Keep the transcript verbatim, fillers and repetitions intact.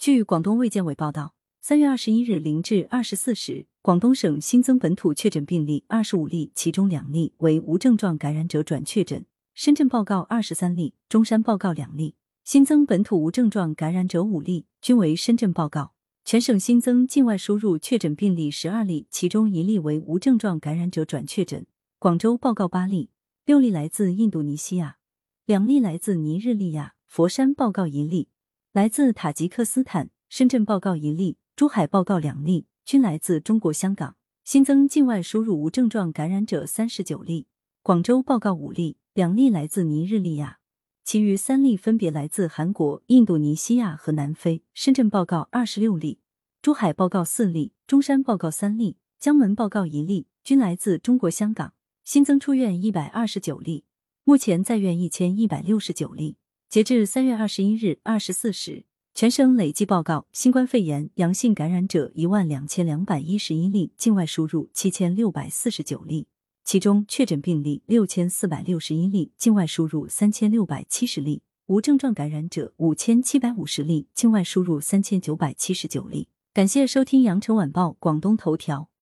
据广东卫健委报道，三月二十一日零至二十四时，广东省新增本土确诊病例二十五例，其中两例为无症状感染者转确诊。深圳报告二十三例，中山报告两例。新增本土无症状感染者五例，均为深圳报告。全省新增境外输入确诊病例十二例，其中一例为无症状感染者转确诊。广州报告八例，六例来自印度尼西亚，两例来自尼日利亚，佛山报告一例，来自塔吉克斯坦。深圳报告一例，珠海报告两例，均来自中国香港。新增境外输入无症状感染者三十九例，广州报告五例，两例来自尼日利亚，其余三例分别来自韩国、印度尼西亚和南非。深圳报告二十六例，珠海报告四例，中山报告三例，江门报告一例，均来自中国香港。新增出院一百二十九例，目前在院一千一百六十九例。截至三月二十一日二十四时，全省累计报告新冠肺炎阳性感染者一万两千两百一十一例，境外输入七千六百四十九例，其中确诊病例六千四百六十一例，境外输入三千六百七十例，无症状感染者五千七百五十例，境外输入三千九百七十九例。感谢收听羊城晚报广东头条。